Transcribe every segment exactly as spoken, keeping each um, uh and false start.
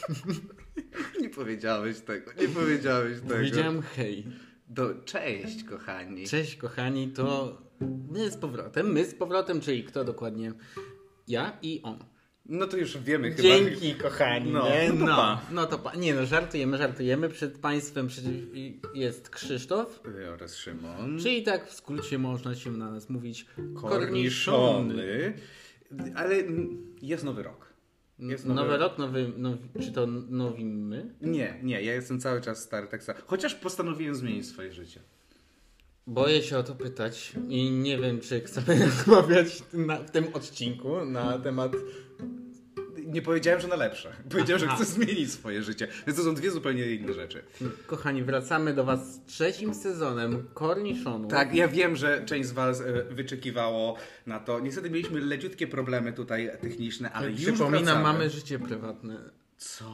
Nie powiedziałeś tego, nie powiedziałeś tego. Powiedziałem hej. Do, cześć, kochani. Cześć, kochani, to my z powrotem. My z powrotem, czyli kto dokładnie? Ja i on. No to już wiemy chyba. Dzięki, kochani. No, nie? no to no, pa. no to pa. Nie no, żartujemy, żartujemy. Przed państwem przecież jest Krzysztof. Oraz Szymon. Czyli tak w skrócie można się na nas mówić Korniszony. Ale jest nowy rok. Jest nowy, nowy rok, nowy, nowy, czy to nowi my? Nie, nie, ja jestem cały czas stary tak samo. Chociaż postanowiłem zmienić swoje życie. Boję się o to pytać i nie wiem, czy chcemy rozmawiać na, w tym odcinku na temat... Nie powiedziałem, że na lepsze. Powiedziałem, Aha. że chcę zmienić swoje życie. Więc to są dwie zupełnie inne rzeczy. Kochani, wracamy do was z trzecim sezonem Korniszonu. Tak, ja wiem, że część z was wyczekiwało na to. Niestety mieliśmy leciutkie problemy tutaj techniczne, ale już Przypominam, wracamy. mamy życie prywatne. Co?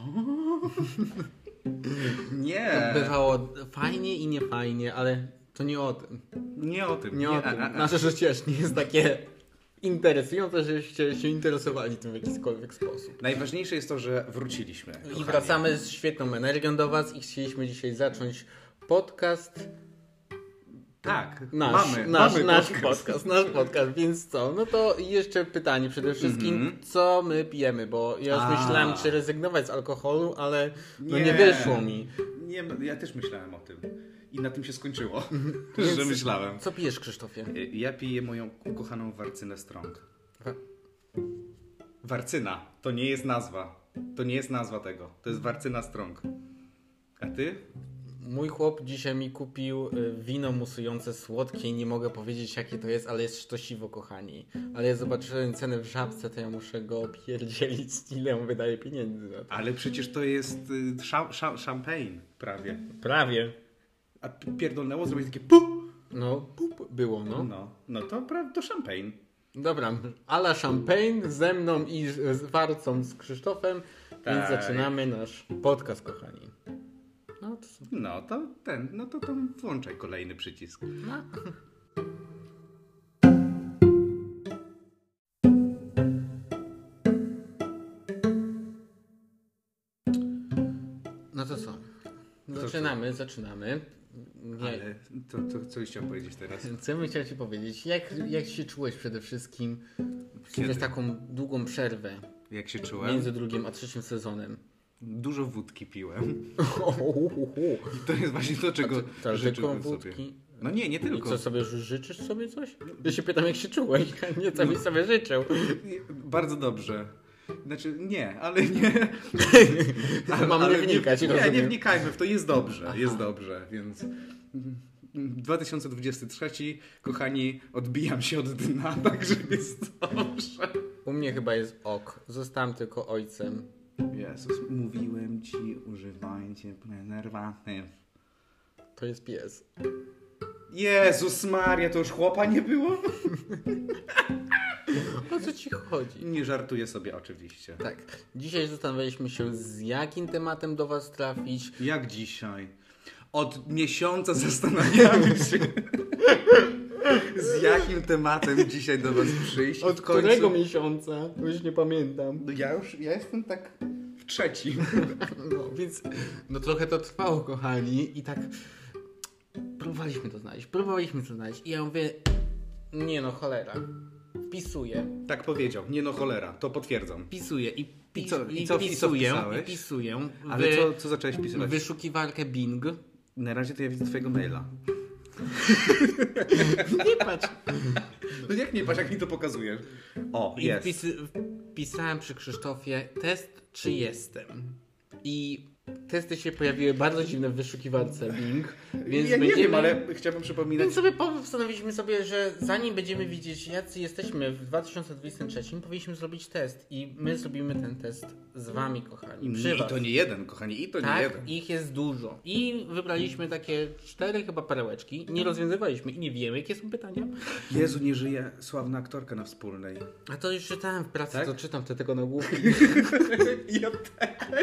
Nie. To bywało fajnie i niefajnie, ale to nie o tym. Nie o tym. Nie, nie o tym. A, a. Nasze życie nie jest takie interesujące, żebyście się interesowali tym w jakikolwiek sposób. Najważniejsze jest to, że wróciliśmy. I kochani. wracamy z świetną energią do was i chcieliśmy dzisiaj zacząć podcast. Tak, Nasz, mamy, nasz, mamy nasz podcast. podcast, nasz podcast, więc co? No to jeszcze pytanie przede wszystkim, mm-hmm. co my pijemy, bo ja już A. myślałem, czy rezygnować z alkoholu, ale no nie, Nie. nie wyszło mi. Nie, ja też myślałem o tym. I na tym się skończyło, Więc że myślałem. Co pijesz, Krzysztofie? Ja piję moją ukochaną Warcynę Strong. Wa- Warcyna, to nie jest nazwa. To nie jest nazwa tego. To jest Warcyna Strong. A ty? Mój chłop dzisiaj mi kupił y, wino musujące słodkie i nie mogę powiedzieć, jakie to jest, ale jest sztosiwo, kochani. Ale ja zobaczyłem cenę w Żabce, to ja muszę go pierdzielić, ile on wydaje pieniędzy za to. Ale przecież to jest y, szam, szam, champagne prawie. Prawie. A pierdolnęło, zrobić takie pu! No, pup było, no. No, no to, pra- to champagne. Dobra, a la champagne ze mną i z z Warcą, z Krzysztofem, więc Tak. zaczynamy nasz podcast, kochani. No to co? No to ten, no to tam włączaj kolejny przycisk. No. No to co? Zaczynamy, zaczynamy. Nie. Ale to, to co chciałem powiedzieć teraz? Co bym chciał ci powiedzieć? Jak, jak się czułeś przede wszystkim Kiedy? przez taką długą przerwę Jak się czułem? między drugim a trzecim sezonem? Dużo wódki piłem. I to jest właśnie to, czego To życzyłem tylko sobie. wódki. No nie, nie I tylko. co sobie, życzysz sobie coś? Ja się pytam, jak się czułeś, a nie co byś sobie życzył. Bardzo dobrze. Znaczy nie, ale nie. Mam nie wnikać, nie, rozumiem. nie wnikajmy w to, jest dobrze, Aha. jest dobrze, więc dwa tysiące dwudziesty trzeci, kochani, odbijam się od dna, także jest dobrze. U mnie chyba jest ok. Zostałem tylko ojcem. Jezus, mówiłem ci, używajcie prenerwatyw. To jest pies. Jezus Maria, to już chłopa nie było? O co ci chodzi? Nie żartuję sobie oczywiście. Tak. Dzisiaj zastanawialiśmy się, z jakim tematem do was trafić. Jak dzisiaj? Od miesiąca zastanawiamy się, z jakim tematem dzisiaj do was przyjść. Od W końcu- którego miesiąca? Już nie pamiętam. No ja już, ja jestem tak w trzecim. No, więc no trochę to trwało, kochani. I tak próbowaliśmy to znaleźć. Próbowaliśmy to znaleźć. I ja mówię, nie no, cholera. Wpisuję. Tak powiedział. Nie no cholera, to potwierdzam. Wpisuję i, I co- i i co- i co wpisuję, wpisałeś? i wpisuję w Ale co, co zacząłeś pisywać? wyszukiwarkę Bing. Na razie to ja widzę twojego maila. Nie patrz. No jak nie patrz, jak mi to pokazujesz? O, I jest. wpisy, wpisałem przy Krzysztofie test, czy jestem. I testy się pojawiły bardzo dziwne w wyszukiwarce Bing, więc ja nie będziemy... wiem, ale chciałbym przypominać... Więc sobie postanowiliśmy sobie, że zanim będziemy widzieć, jacy jesteśmy w dwa tysiące dwudziestym trzecim, powinniśmy zrobić test. I my zrobimy ten test z wami, kochani. I, Przy I was. to nie jeden, kochani, i to nie Tak, jeden. ich jest dużo. I wybraliśmy takie cztery chyba perełeczki. Nie rozwiązywaliśmy i nie wiemy, jakie są pytania. Jezu, nie żyje sławna aktorka na Wspólnej. A to już czytałem w pracy, Tak? to czytam te tego nagłówki. Ja też.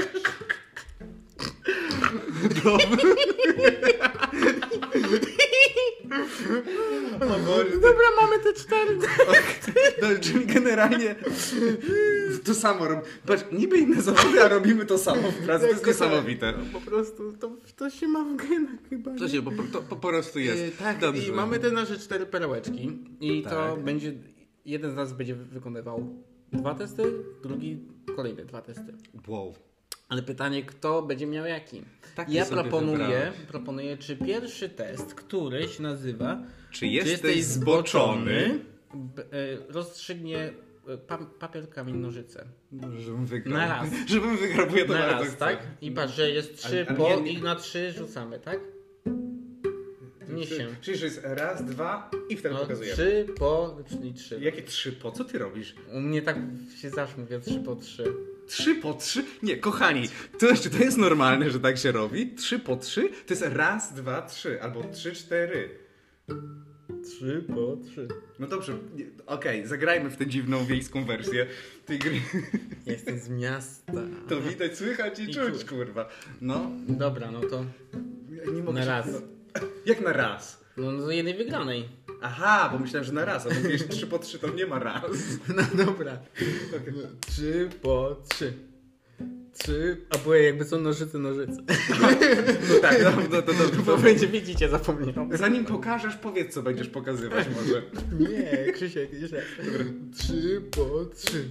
O Boże, Dobra, mamy te cztery. no, czyli generalnie to samo robimy. Patrz, niby inne zawody, a robimy to samo w pracy. To jest niesamowite. No, po prostu to, to się ma w genach chyba. To się po, to po prostu jest. Yy, tak, Dobrze. i mamy te nasze cztery perełeczki. I Tak. to będzie, jeden z nas będzie wykonywał dwa testy, drugi kolejne dwa testy. Wow. Ale pytanie, kto będzie miał jaki? Taki Ja sobie proponuję, wybrałeś. proponuję, czy pierwszy test, który się nazywa Czy jesteś zboczony? b- e, rozstrzygnie e, pa, papier, kamień, nożyce. Żebym wygrał. Na raz. Żebym wygrał, bo ja to Na bardzo raz, chcę. tak? I patrz, że jest trzy Ale- ale po nie- nie- i na trzy rzucamy, tak? Nie się. Czyli, że jest raz, dwa i wtedy No, pokazujemy. trzy po, czyli trzy. Jakie trzy po? Co ty robisz? U mnie tak się zawsze mówię trzy po trzy. Trzy po trzy? Nie, kochani, to jeszcze to jest normalne, że tak się robi. Trzy po trzy to jest raz, dwa, trzy. Albo trzy, cztery. Trzy po trzy. No dobrze, nie, okej, zagrajmy w tę dziwną wiejską wersję tej gry. Jestem z miasta. To widać, słychać i, I czuć, czuć. kurwa. No. Dobra, no to Ja nie mogę na się- raz. No, jak na raz? No do jednej wygranej. Aha, bo myślałem, że na raz, a mówisz trzy po trzy to nie ma raz. No dobra. Trzy po trzy. Trzy, a były jakby są nożyce, nożyce. No tak, no, no to dobrze. Bo będzie, widzicie, zapomniałem. Zanim pokażesz, powiedz, co będziesz pokazywać może. Nie, Krzysiek, jeszcze. Trzy po trzy.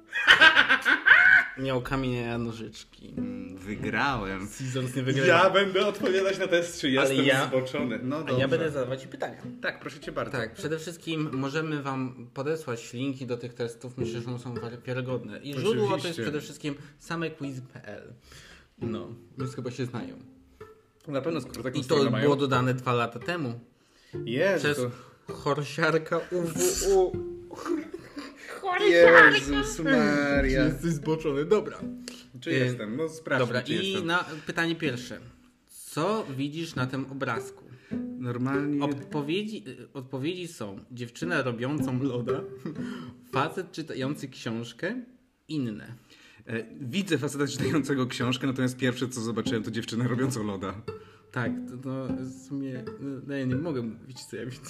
Miał kamienie, a nożyczki. Mm, Wygrałem. Scissors nie wygrał. Ja będę odpowiadać na test, czy jestem ja- zboczony. No A dobrze. ja będę zadawać ci pytania. Tak, proszę cię bardzo. Tak, przede wszystkim możemy wam podesłać linki do tych testów. Myślę, że one są wa- wiarygodne. I źródło to jest Oczywiście. przede wszystkim samequiz kropka p l. No, więc chyba się znają. Na pewno skoro taką I stronę to mają. było dodane dwa lata temu. Jezu, Przez to... horsiarka U W U. Jezus Maria. Jesteś zboczony, dobra. Czy Y, jestem? No sprawdźmy, Dobra, czy i jestem. na pytanie pierwsze. Co widzisz na tym obrazku? Normalnie... Odpowiedzi, y, odpowiedzi są dziewczyna robiącą loda, facet czytający książkę, inne. E, widzę faceta czytającego książkę, natomiast pierwsze, co zobaczyłem, to dziewczynę robiącą loda. Tak, to, to w sumie, no, ja nie mogę mówić, co ja widzę.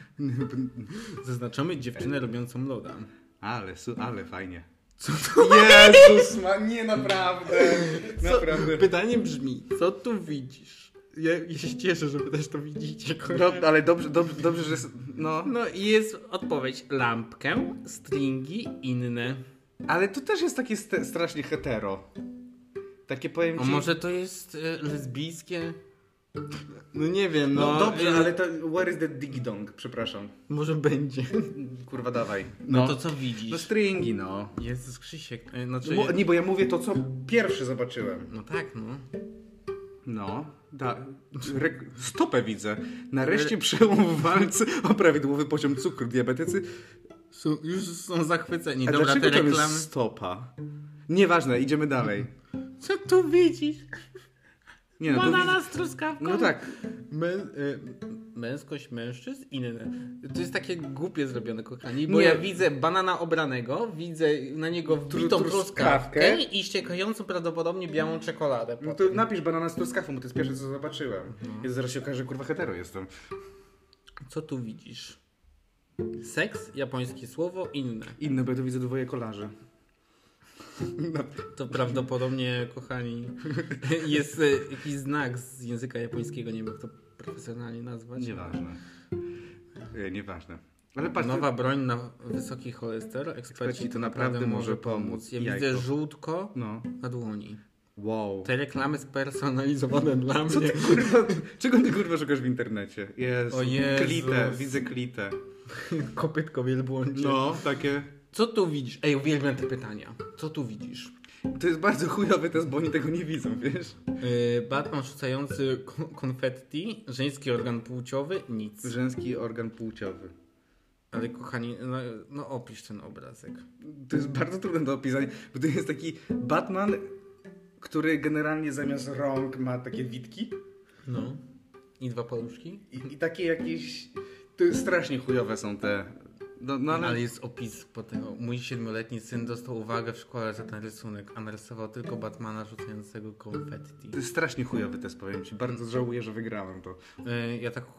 Zaznaczamy dziewczynę robiącą loda. Ale, su- ale fajnie. Co to? Jezus ma... Nie, naprawdę. Naprawdę. Pytanie brzmi, co tu widzisz? Ja, ja się cieszę, że wy też to widzicie. No, ale dobrze, dobrze, dobrze, że... jest- No... No i jest odpowiedź lampkę, stringi, inne. Ale to też jest takie st- strasznie hetero. Takie powiem A ci... może to jest y, lesbijskie? No nie wiem, No, no. dobrze, y, ale to... Where is the ding dong? Przepraszam. Może będzie. Kurwa, dawaj. No, to co widzisz? No stringi, no. Jezus Krzysiek. y, Znaczy, Bo, nie, bo ja mówię to, co pierwszy zobaczyłem. no tak, no. No, da, re, stopę widzę. Nareszcie przełom w walce o prawidłowy poziom cukru. Diabetycy. Są, już są zachwyceni. A Dobra, te dlaczego tam reklamy. jest stopa? Nieważne, idziemy dalej. Co tu widzisz? Nie no, to Banana widz... z truskawką? No tak. Mę, y, męskość mężczyzn? Inne. To jest takie głupie zrobione, kochani, bo Nie. ja widzę banana obranego, widzę na niego wbitą Tru- truskawkę truskawkę i ściekającą prawdopodobnie białą czekoladę. No to napisz banana z truskawką, bo to jest pierwsze, co zobaczyłem. Jest, zaraz się okaże, że kurwa hetero jestem. Co tu widzisz? Seks, japońskie słowo, inne. Inne, bo ja tu widzę dwoje kolarzy. No. To prawdopodobnie, kochani, jest e, jakiś znak z języka japońskiego, nie wiem jak to profesjonalnie nazwać. Nieważne. E, nieważne. Ale patrz, Nowa broń na wysoki cholesterol, eksperci to naprawdę może pomóc. Ja Jajko. widzę żółtko No. na dłoni. Wow. Te reklamy spersonalizowane dla Co mnie. ty kurwa, czego ty kurwa szukasz w internecie? Jezu. O Jezus. Klitę, widzę klitę. Kopytko wielbłądzie. No, takie... Co tu widzisz? Ej, uwielbiam te pytania. Co tu widzisz? To jest bardzo chujowy test, bo oni tego nie widzą, wiesz? Yy, Batman rzucający kon- konfetti, żeński organ płciowy, nic. Żeński organ płciowy. Ale kochani, no, no opisz ten obrazek. To jest bardzo trudne do opisania, bo to jest taki Batman, który generalnie zamiast rąk ma takie witki No. I dwa paluszki? i, i takie jakieś... To jest strasznie chujowe są te... No, no, ale... Ale jest opis po tego. Mój siedmioletni syn dostał uwagę w szkole za ten rysunek, a narysował tylko Batmana rzucającego konfetti. To jest strasznie chujowy test, powiem ci. Bardzo żałuję, że wygrałem to. Yy, ja tak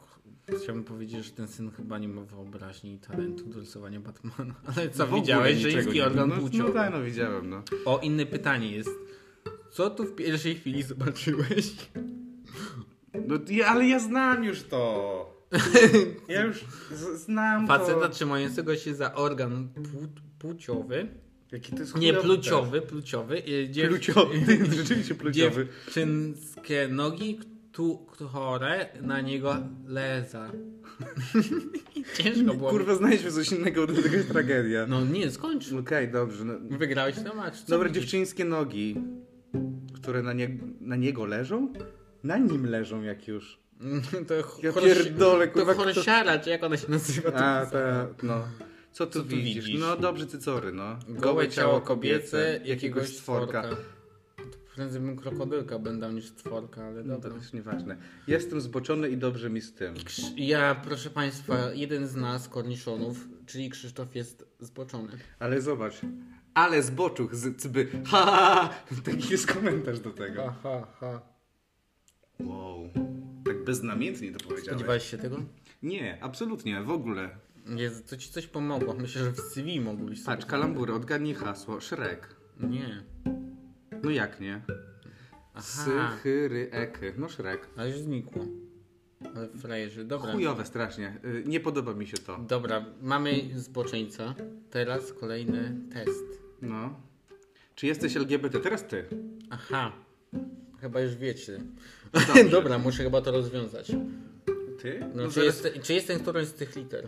Chciałbym powiedzieć, że ten syn chyba nie ma wyobraźni i talentu do rysowania Batmana. Ale co, W ogóle widziałeś, że niczego jest nie- organ no, płciowy? No tak, no widziałem, no. O, inne pytanie jest. Co tu w pierwszej chwili zobaczyłeś? No ja, ale ja znam już to. Ja już z- znam Faceta to. trzymającego się za organ płci- płciowy. Jaki to jest Nie, chujowy pluciowy, pluciowy. y, dziew- Pluciowy, rzeczywiście pluciowy. Dziewczynskie nogi, tu, które na niego leza. Ciężko było. Kurwa, znajdźmy coś innego, bo to jakaś tragedia. No nie, skończ. Okej, dobrze. No. Wygrałeś ten mecz. Co Dobra, widzisz? dziewczyńskie nogi, które na, nie, na niego leżą? Na nim leżą jak już. To Ja choroś- pierdolę, To kurwa, kto- chorosiara, czy jak ona się nazywa? A, tak, no. Co tu, Co tu widzisz? widzisz? No dobrze, cycory, no. Gołe ciało kobiece, jakiegoś stworka. To prędzej bym krokodylka będę niż stworka, ale No to dobra. jest nieważne. Jestem zboczony i dobrze mi z tym. Krz- Ja, proszę Państwa, jeden z nas, korniszonów, czyli Krzysztof, jest zboczony. Ale zobacz. Ale zboczuch z cby. Ha, ha, ha. Taki jest komentarz do tego. Ha, ha, ha. Wow. Tak beznamiętnie to powiedziałeś. Spodziewałeś się tego? Nie, absolutnie, w ogóle. Jezu, to Ci coś pomogło. Myślę, że w C V mogłeś sobie... Patrz, kalambury, odgadnij hasło. Shrek. Nie. No jak nie? Aha. Sy, chy, ry, eky. No Shrek. Ale już znikło. Ale frajerzy, dobra. Chujowe strasznie. Y, Nie podoba mi się to. Dobra, mamy zboczeńca. Teraz kolejny test. No. Czy jesteś L G B T? Teraz ty. Aha. Chyba już wiecie. Dobrze. Dobra, muszę chyba to rozwiązać. Ty? No, czy, zaraz- jest, czy jestem którąś z tych liter?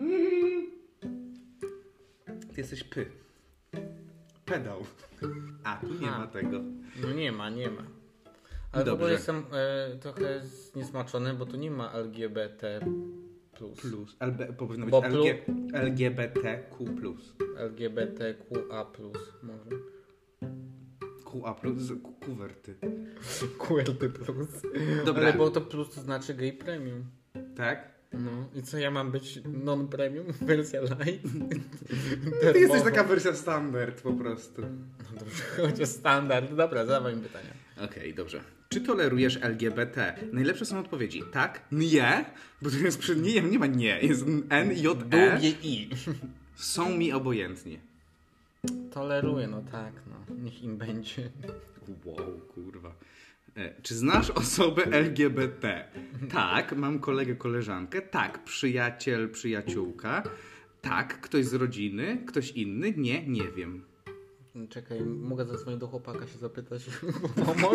Ty jesteś py. Pedał. A, tu nie A. ma tego. No nie ma, nie ma. Ale w Dobrze. ogóle jestem e, trochę zniesmaczony, bo tu nie ma L G B T plus. Plus. L B, powinno być Bo L G, L G B T Q plus. L G B T Q A plus może. Q A plus. Ku- Kuwerty. Q L T plus. Dobra. Ale bo to plus to znaczy gay premium. Tak? No i co ja mam być non-premium? Wersja light? Ty jesteś taka wersja standard po prostu. No dobrze, chodzi o standard. Dobra, zadawaj mi pytania. Okej, dobrze. Czy tolerujesz L G B T? Najlepsze są odpowiedzi. Tak, nie, bo tu jest przed nie, nie ma nie, jest N, J, E. Długie I. Są mi obojętni. Toleruję, no tak, no. Niech im będzie. Wow, kurwa. E, Czy znasz osobę L G B T? Tak, mam kolegę, koleżankę. Tak, przyjaciel, przyjaciółka. Tak, ktoś z rodziny. Ktoś inny? Nie, nie wiem. Czekaj, mogę zadzwonić do chłopaka się zapytać o pomoc?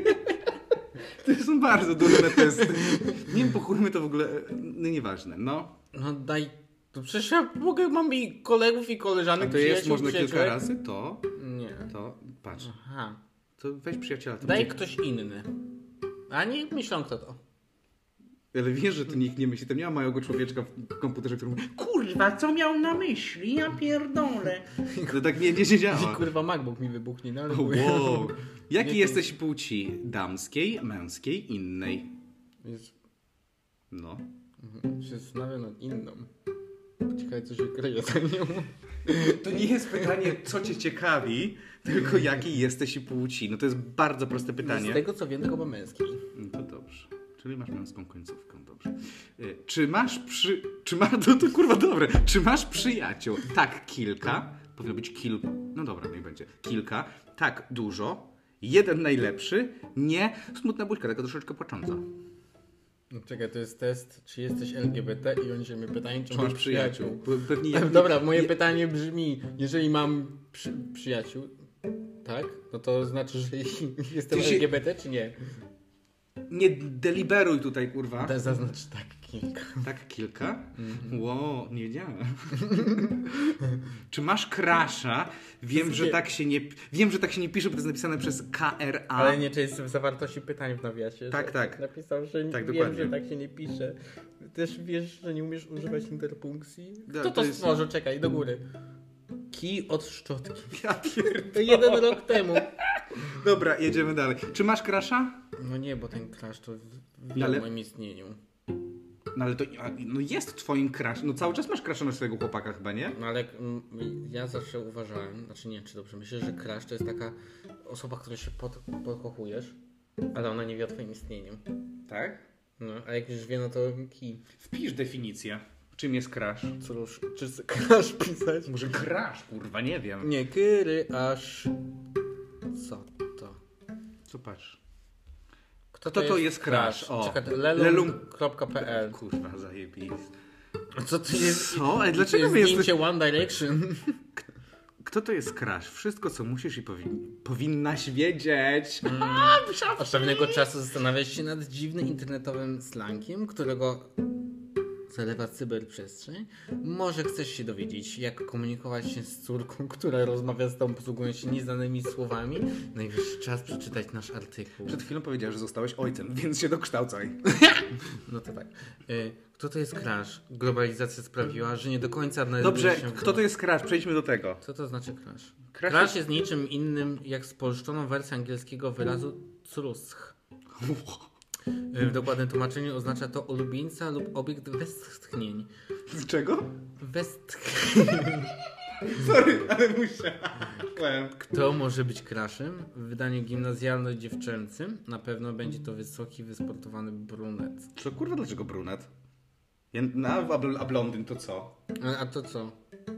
To są bardzo durne testy. Nie wiem, po chuj my to w ogóle... No nieważne, no. No daj... To przecież ja mogę, mam i kolegów i koleżanek, A to jest przyjaciół, można kilka przyjaciółek. razy? To, Nie. to, patrz. Aha. To weź przyjaciela. To Daj będzie... ktoś inny. A nie myślą kto to. Ale wiesz, że to nikt nie myśli. Tam nie ma małego człowieczka w komputerze, który mówi kurwa, co miał na myśli? Ja pierdolę. To tak nie, nie się I działa. kurwa MacBook mi wybuchnie, no ale... Wow. Jakiej Nie, jesteś płci? Damskiej, męskiej, innej? Jest... No. Mhm, się zastanawiam nad inną. Ciekawe co się kryje za nią. To nie jest pytanie, co cię ciekawi, tylko jakiej jesteś płci. No to jest bardzo proste pytanie. Z tego co wiem, to chyba męskiej. No to dobrze. Czyli masz męską końcówkę, dobrze. Y, Czy masz przy... Czy masz... To, to kurwa dobre. Czy masz przyjaciół? Tak, kilka. Powinno być kilku. No dobra, niech będzie. Kilka. Tak, dużo. Jeden najlepszy. Nie. Smutna buźka, taka troszeczkę płacząca. No czekaj, to jest test, czy jesteś L G B T i oni się mnie pytają, czy, Czy masz przyjaciół. Pe- Pewnie ja... Dobra, moje ja- pytanie brzmi, jeżeli mam przy, przyjaciół, tak? No to znaczy, że jestem Ty się- L G B T, czy nie? Nie deliberuj tutaj, kurwa. To zaznacz tak, kilka. Tak, kilka? Mhm. Wow, nie wiedziałem. Czy masz crusha? Wiem, że Nie. tak się nie... Wiem, że tak się nie pisze, bo to jest napisane przez K R A. Ale nie, czy jest w zawartości pytań w nawiasie. Tak, że tak. Napisał, że Tak, wiem, dokładnie. że tak się nie pisze. Też wiesz, że nie umiesz używać interpunkcji? Da, Kto to to jest- stworzył? Czekaj, do góry. Kij od szczotki. Ja pier... To jeden rok temu. Dobra, jedziemy dalej. Czy masz crusha? No nie, bo ten crash to w Ale- ale... moim istnieniu. No ale to a, no jest twoim crush. No cały czas masz crusha na swojego chłopaka chyba, nie? No ale mm, ja zawsze uważałem, znaczy nie wiem czy dobrze, myślę, że crush to jest taka osoba, której się pod, podkochujesz, ale ona nie wie o twoim istnieniu. Tak? No, a jak już wie, no to kij. Wpisz definicję. Czym jest crash? Cóż, czy crash pisać? Może crash, kurwa, nie wiem. Nie, kyry, aż... Co to? Co patrz? Kto to to jest crash? O, Czekaj, lelum- lelum kropka pe el. Kurwa, zajebist. Co to jest? Co? Ale To dlaczego jest wy jesteś... zdjęcie One Direction. Kto to jest crash? Wszystko, co musisz i powin... powinnaś wiedzieć. Mm. Od pewnego czasu zastanawiasz się nad dziwnym internetowym slangiem, którego zalewa cyberprzestrzeń. Może chcesz się dowiedzieć, jak komunikować się z córką, która rozmawia z tobą, posługując się nieznanymi słowami. Najwyższy czas przeczytać nasz artykuł. Przed chwilą powiedziałeś, że zostałeś ojcem, więc się dokształcaj. No to tak. Y, Kto to jest crash? Globalizacja sprawiła, że nie do końca... Dobrze, się kto to jest crash? Przejdźmy do tego. Co to znaczy crash? Crash Crash jest- jest niczym innym jak spolszczoną wersję angielskiego wyrazu crusch. W dokładnym tłumaczeniu oznacza to ulubieńca lub obiekt westchnień. Z czego? Westchnień. Sorry, ale musiałem. Kto może być crashem? W wydaniu gimnazjalno-dziewczęcym na pewno będzie to wysoki, wysportowany brunet. Co kurwa, dlaczego brunet? Ja, no, a, bl- a blondyn to co? A, a to co?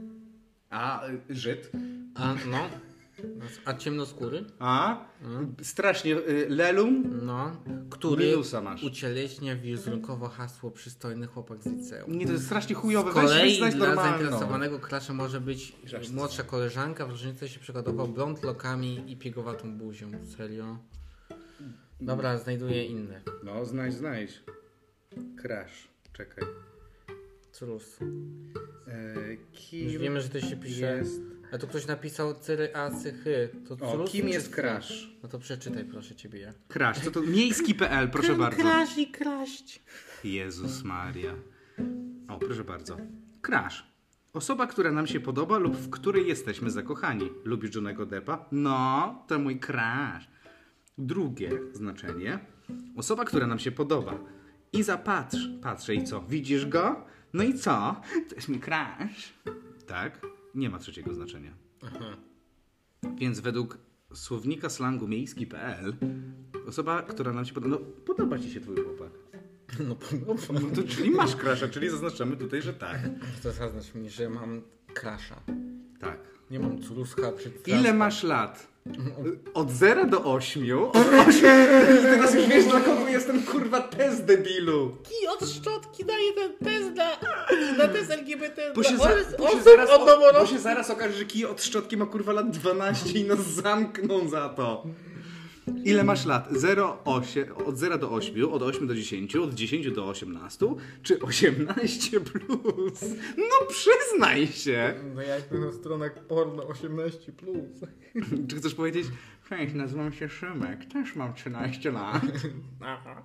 A y, Żyd? A no? A ciemnoskóry? A? Strasznie. Y, lelum? No. Który Minusa masz. ucieleśnia wizerunkowo hasło przystojny chłopak z liceum. Nie, to jest strasznie chujowe. Z Weź, kolei weź znać dla normalną. zainteresowanego crashem może być Żarty. młodsza koleżanka, w różnicy się przykładowo blond lokami i piegowatą buzią. Serio? Dobra, znajduję inne. No, znajdź, znajdź. Crash. Czekaj. Cruz. E, kim Już wiemy, że to się pisze. jest... A tu ktoś napisał cyry, a, cychy. To O, cruz kim czy jest cry? crash? No to przeczytaj, proszę ciebie. Crash, co to? Miejski kropka pe el, proszę bardzo. Crash i kraść. Jezus Maria. O, proszę bardzo. Crash. Osoba, która nam się podoba lub w której jesteśmy zakochani. Lubisz Johnnego Deppa? No, to mój crush. Drugie znaczenie. Osoba, która nam się podoba. I zapatrz. Patrzę i co? Widzisz go? No i co? To jest mój crush. Tak? Nie ma trzeciego znaczenia. Aha. Więc według słownika slangu miejski kropka pe el osoba, która nam się podoba... No, podoba ci się twój chłopak. No podoba. No to czyli masz crusha, czyli zaznaczamy tutaj, że tak. To zaznacz mi, że mam crasha. Tak. Nie mam cruska czy Ile masz lat? Od zera do ośmiu. Od ośmiu. I teraz już wiesz, dla kogo jest ten kurwa test, debilu. Kij od szczotki daje ten test na, na test L G B T. Bo się, dla za, osób bo, się zaraz, od bo noworodków. się zaraz okaże, że kij od szczotki ma kurwa lat dwanaście i nas zamkną za to. Ile masz lat? zero, osiem, od zera do ośmiu, od ośmiu do dziesięciu, od dziesięciu do osiemnastu, czy osiemnaście plus? No przyznaj się. No jakby na stronach porno osiemnaście plus. Czy chcesz powiedzieć, cześć, nazywam się Szymek, też mam trzynaście lat. Aha.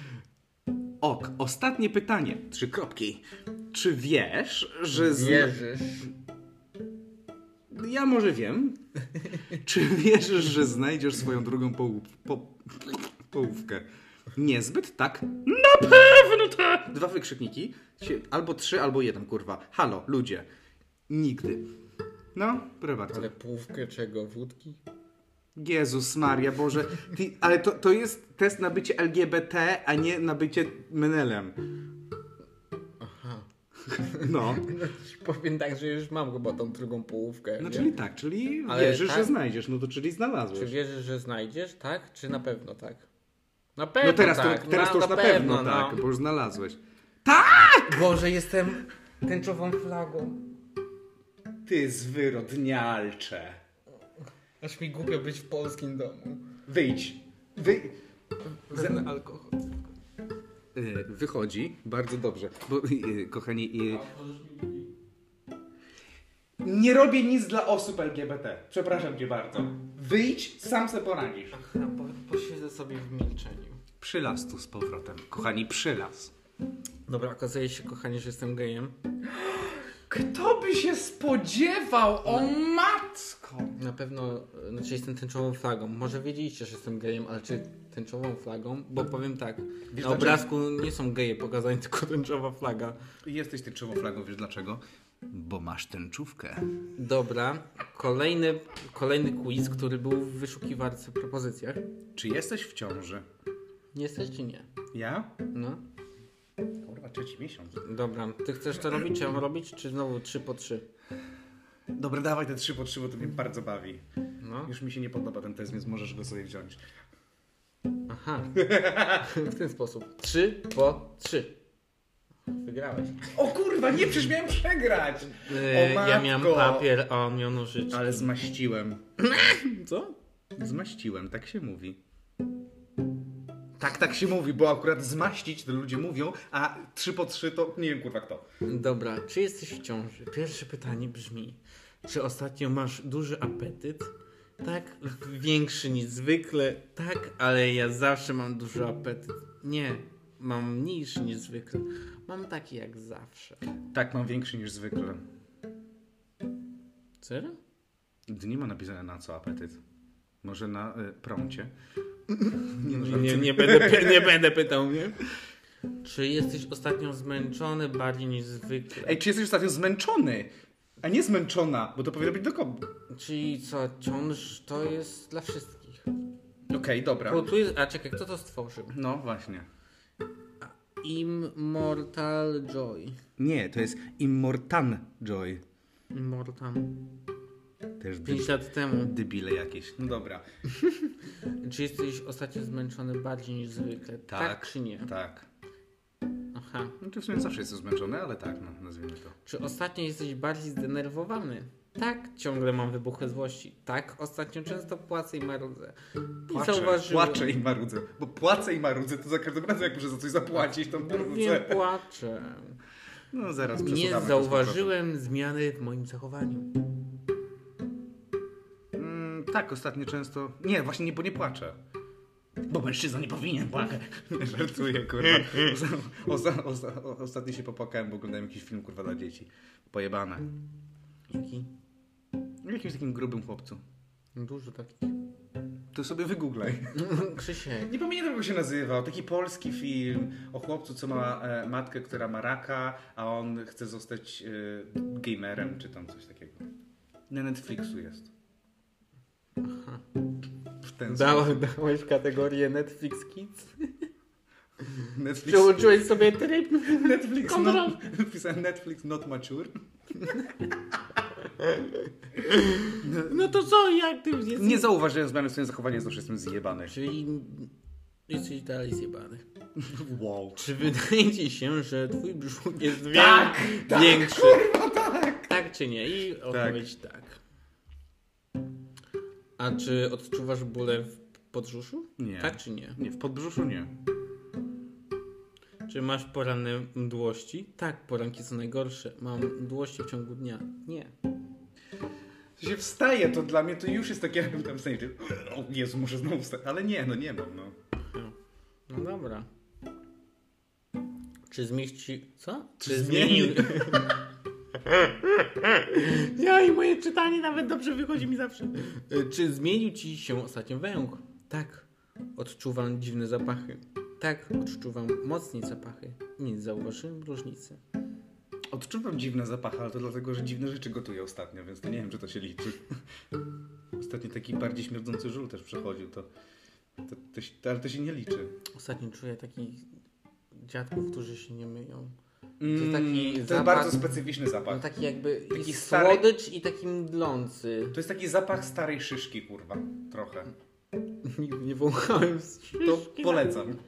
Ok, ostatnie pytanie. Trzy kropki. Czy wiesz, że... Zna... Wierzysz? Ja może wiem. Czy wierzysz, że znajdziesz swoją drugą połów... po... połówkę? Niezbyt, tak? Na pewno tak! Dwa wykrzykniki. Sie- Albo trzy, albo jeden, kurwa. Halo, ludzie. Nigdy. No, proszę bardzo. Ale połówkę czego? Wódki? Jezus Maria, Boże. Ty, ale to, to jest test na bycie L G B T, a nie na bycie menelem. Aha. No. No ci powiem tak, że już mam chyba tą drugą połówkę. No nie? czyli tak, czyli Ale wierzysz, tak? że znajdziesz. No to czyli znalazłeś. Czy wierzysz, że znajdziesz, tak? Czy na pewno tak? Na pewno No teraz, tak. to, teraz na, to już na, pewno, no. tak, bo już znalazłeś. Boże, jestem tęczową flagą. Ty zwyrodnialcze. Aż mi głupio być w polskim domu. Wyjdź. Wy... Wezmę alkohol. Y, Wychodzi bardzo dobrze. Bo, y, kochani, y, nie robię nic dla osób L G B T. Przepraszam cię bardzo. Wyjdź, sam se poradzisz. Aha, po, posiedzę sobie w milczeniu. Przylas tu z powrotem. Kochani, przylas. Dobra, okazuje się, kochani, że jestem gejem. Kto by się spodziewał? O matko! Na pewno, znaczy jestem tęczową flagą. Może wiedzieliście, że jestem gejem, ale czy tęczową flagą? Bo powiem tak, Wiesz na obrazku nie są geje pokazani, tylko tęczowa flaga. Jesteś tęczową flagą, wiesz dlaczego? Bo masz tęczówkę. Dobra, kolejny, kolejny quiz, który był w wyszukiwarce w propozycjach. Czy jesteś w ciąży? Nie jesteś czy nie? Ja? No. Kurwa, trzeci miesiąc. Dobra, ty chcesz to robić, czy ja mam robić, czy znowu trzy po trzy? Dobra, dawaj te trzy po trzy, bo to mnie bardzo bawi. No. Już mi się nie podoba ten test, więc możesz go sobie wziąć. Aha. W ten sposób. Trzy po trzy. Wygrałeś. O kurwa, nie, przecież miałem przegrać! Yy, O matko. ja miałem papier, a on miał nożyczki. Ale zmaściłem. Co? Zmaściłem, tak się mówi. Tak, tak się mówi, bo akurat zmaścić to ludzie mówią, a trzy po trzy to nie wiem kurwa kto. Dobra, czy jesteś w ciąży? Pierwsze pytanie brzmi, czy ostatnio masz duży apetyt? Tak, większy niż zwykle. Tak, ale ja zawsze mam duży apetyt. Nie, mam mniejszy niż zwykle. Mam taki jak zawsze. Tak, mam większy niż zwykle. Serio? Gdy nie ma napisane na co apetyt. Może na y, prącie. Nie, no, nie, nie, będę, nie będę pytał, nie? Czy jesteś ostatnio zmęczony bardziej niż zwykle? Ej, czy jesteś ostatnio zmęczony? A nie zmęczona, bo to powinno być do kogo. Czyli co, ciąż to jest dla wszystkich. Okej, okay, dobra. Bo tu jest, a czekaj, kto to stworzył? No właśnie. Immortal Joy. Nie, to jest Immortan Joy. Immortal. Też Pięć lat temu. Debile jakieś. No dobra. Czy jesteś ostatnio zmęczony bardziej niż zwykle? Tak, tak czy nie? Tak. Aha. Znaczy w sumie zawsze jestem zmęczony, ale tak, no, nazwijmy to. Czy ostatnio jesteś bardziej zdenerwowany? Tak, ciągle mam wybuchy złości. Tak, ostatnio często płacę i marudzę. Płaczę, zauważyłem... płaczę i marudzę. Bo płacę i marudzę, to za każdym razem jak muszę za coś zapłacić, to marudzę. Nie płaczę. No zaraz Nie zauważyłem zmiany w moim zachowaniu. Mm, tak, ostatnio często... Nie, właśnie nie, bo nie płaczę. Bo mężczyzna nie powinien płakać. Nie żartuję, kurwa. O, o, o, o, ostatnio się popłakałem, bo oglądałem jakiś film, kurwa, dla dzieci. Pojebane. Jaki? O jakimś takim grubym chłopcu. Dużo takich. To sobie wygooglaj. Krzysiek. Nie pamiętam, jak się nazywał. Taki polski film o chłopcu, co ma e, matkę, która ma raka, a on chce zostać e, gamerem, czy tam coś takiego. Na Netflixu jest. Aha. W ten Dał, sposób. dałeś kategorię Netflix Kids? Netflix... Przełączyłeś sobie tryb? Netflix not... Wpisałem Netflix not mature. No to co, jak ty jesteś? Nie zauważyłem zmiany w swoim zachowaniu, zawsze jestem zjebany. Czyli jesteś dalej zjebany. Wow. Czy wydaje ci się, że twój brzuch jest Tak, wię- tak, większy? Kurwa, tak! Tak czy nie? I odpowiedź tak. tak. A czy odczuwasz bóle w podbrzuszu? Nie. Tak czy nie? Nie, w podbrzuszu nie. Czy masz poranne mdłości? Tak, poranki są najgorsze. Mam mdłości w ciągu dnia. Nie. To się wstaje, to dla mnie to już jest takie, jakbym tam wstanie, o Jezu, muszę znowu wstać. Ale nie, no nie mam, no. No dobra. Czy zmieści... Co? Czy Czy zmienił? zmienił... Ja i moje czytanie nawet dobrze wychodzi mi zawsze. Czy zmienił ci się ostatnio węch? Tak. Odczuwam dziwne zapachy. Tak, odczuwam mocniej zapachy. Nie zauważyłem różnicy. Odczuwam dziwne zapachy, ale to dlatego, że dziwne rzeczy gotuję ostatnio, więc to nie wiem, czy to się liczy. Ostatnio taki bardziej śmierdzący żul też przechodził, to, to, to, to, ale to się nie liczy. Ostatnio czuję takich dziadków, którzy się nie myją. Mm, To jest taki to jest zapach- bardzo specyficzny zapach. No taki jakby Taki jest stary- słodycz i taki mdlący. To jest taki zapach starej szyszki, kurwa. Trochę. Nigdy nie wąchałem z To szyszki. polecam.